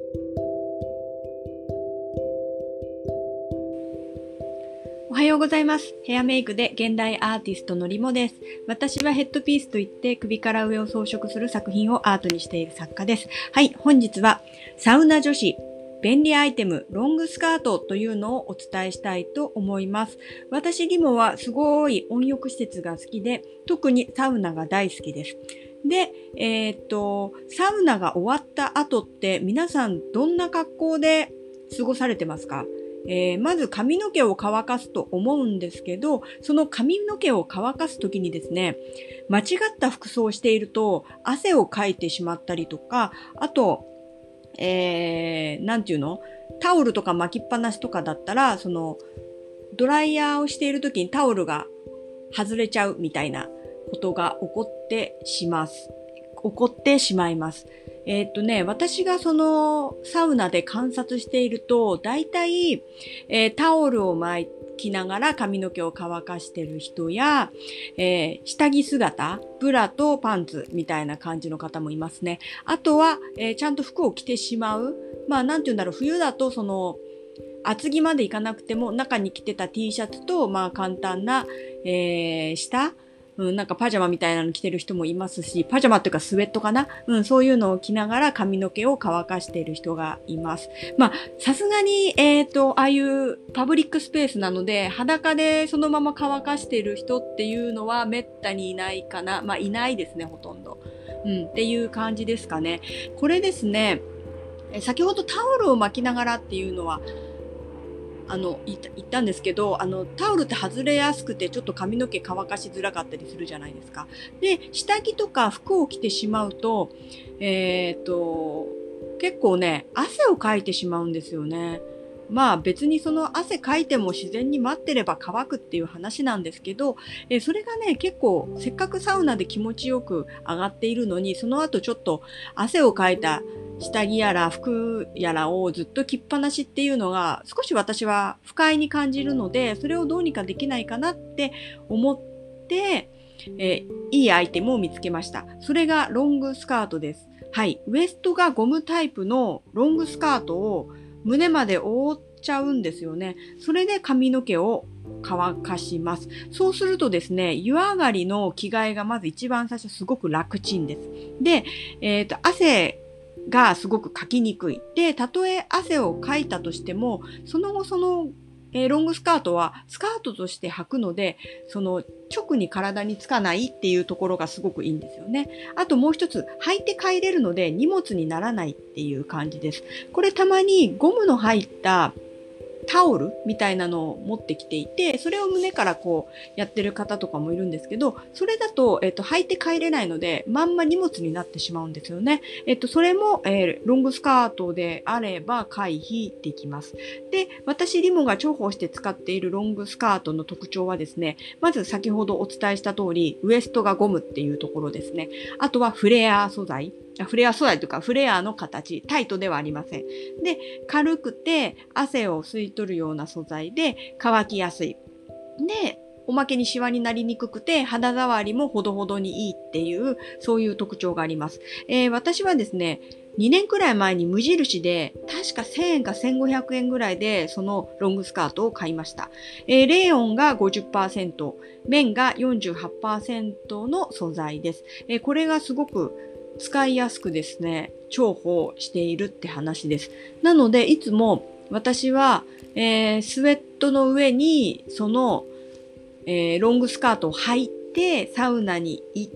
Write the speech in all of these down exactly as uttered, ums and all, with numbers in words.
おはようございます。ヘアメイクで現代アーティストのリモです。私はヘッドピースといって首から上を装飾する作品をアートにしている作家です。はい、本日はサウナ女子便利アイテムロングスカートというのをお伝えしたいと思います。私リモはすごい温浴施設が好きで、特にサウナが大好きです。で、えーっと、サウナが終わった後って皆さんどんな格好で過ごされてますか？えー、まず髪の毛を乾かすと思うんですけど、その髪の毛を乾かすときにですね、間違った服装をしていると汗をかいてしまったりとか、あと、えー、なんていうの？タオルとか巻きっぱなしとかだったら、その、ドライヤーをしているときにタオルが外れちゃうみたいなことが起こってします。起こってしまいます。えーっとね、私がそのサウナで観察していると、だいたい、えー、タオルを巻きながら髪の毛を乾かしてる人や、えー、下着姿、ブラとパンツみたいな感じの方もいますね。あとは、えー、ちゃんと服を着てしまう。まあ、なんて言うんだろう、冬だとその、厚着までいかなくても中に着てた T シャツと、まあ簡単な、えー、下、うん、なんかパジャマみたいなの着てる人もいますし、パジャマっていうかスウェットかな、うん、そういうのを着ながら髪の毛を乾かしている人がいます。まあ、さすがに、えっと、ああいうパブリックスペースなので、裸でそのまま乾かしている人っていうのはめったにいないかな。まあ、いないですね、ほとんど。うん、っていう感じですかね。これですね、先ほどタオルを巻きながらっていうのは、あの、言った言ったんですけど、あの、タオルって外れやすくて、ちょっと髪の毛乾かしづらかったりするじゃないですか。で、下着とか服を着てしまうと、えっと、結構ね、汗をかいてしまうんですよね。まあ別にその汗かいても自然に待ってれば乾くっていう話なんですけど、えーそれがね、結構せっかくサウナで気持ちよく上がっているのに、その後ちょっと汗をかいた下着やら服やらをずっと着っぱなしっていうのが少し私は不快に感じるので、それをどうにかできないかなって思って、えーいいアイテムを見つけました。それがロングスカートです。はい。ウエストがゴムタイプのロングスカートを胸まで覆っちゃうんですよね。それで髪の毛を乾かします。そうするとですね、湯上がりの着替えがまず一番最初すごく楽ちんです。で、えっと、汗がすごくかきにくい。で、たとえ汗をかいたとしても、その後その、えーロングスカートはスカートとして履くので、その直に体につかないっていうところがすごくいいんですよね。あともう一つ、履いて帰れるので荷物にならないっていう感じです。これたまにゴムの入ったタオルみたいなのを持ってきていて、それを胸からこうやってる方とかもいるんですけど、それだと、えっと、履いて帰れないので、まんま荷物になってしまうんですよね。えっと、それも、えーロングスカートであれば回避できます。で、私リモが重宝して使っているロングスカートの特徴はですね、まず先ほどお伝えした通り、ウエストがゴムっていうところですね。あとはフレア素材。フレア素材というか、フレアの形、タイトではありません。で、軽くて汗を吸い取るような素材で乾きやすい。で、おまけにシワになりにくくて肌触りもほどほどにいいっていう、そういう特徴があります。えー私はですね、にねんくらい前に無印で、確かせんえんかせんごひゃくえんぐらいで、そのロングスカートを買いました。えーレーヨンが ごじゅっパーセント、綿が よんじゅうはちパーセント の素材です。えーこれがすごく使いやすくですね、重宝しているって話です。なので、いつも私は、えースウェットの上に、その、えーロングスカートを履いて、サウナに行って、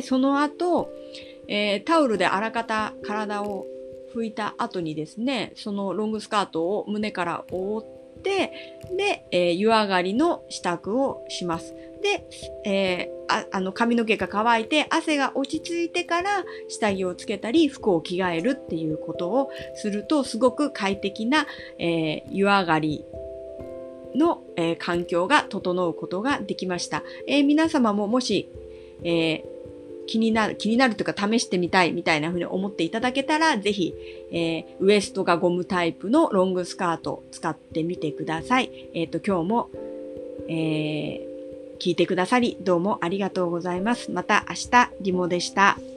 その後、えータオルであらかた体を拭いた後にですね、そのロングスカートを胸から覆って、で、えー湯上がりの支度をします。で、えーああの髪の毛が乾いて汗が落ち着いてから下着をつけたり服を着替えるっていうことをするとすごく快適な、えー湯上がりの、えー環境が整うことができました。えー皆様ももし、えー気になる、気になるというか試してみたいみたいな風に思っていただけたら、ぜひ、えーウエストがゴムタイプのロングスカートを使ってみてください。えっと、今日も、えー聞いてくださり、どうもありがとうございます。また明日、リモでした。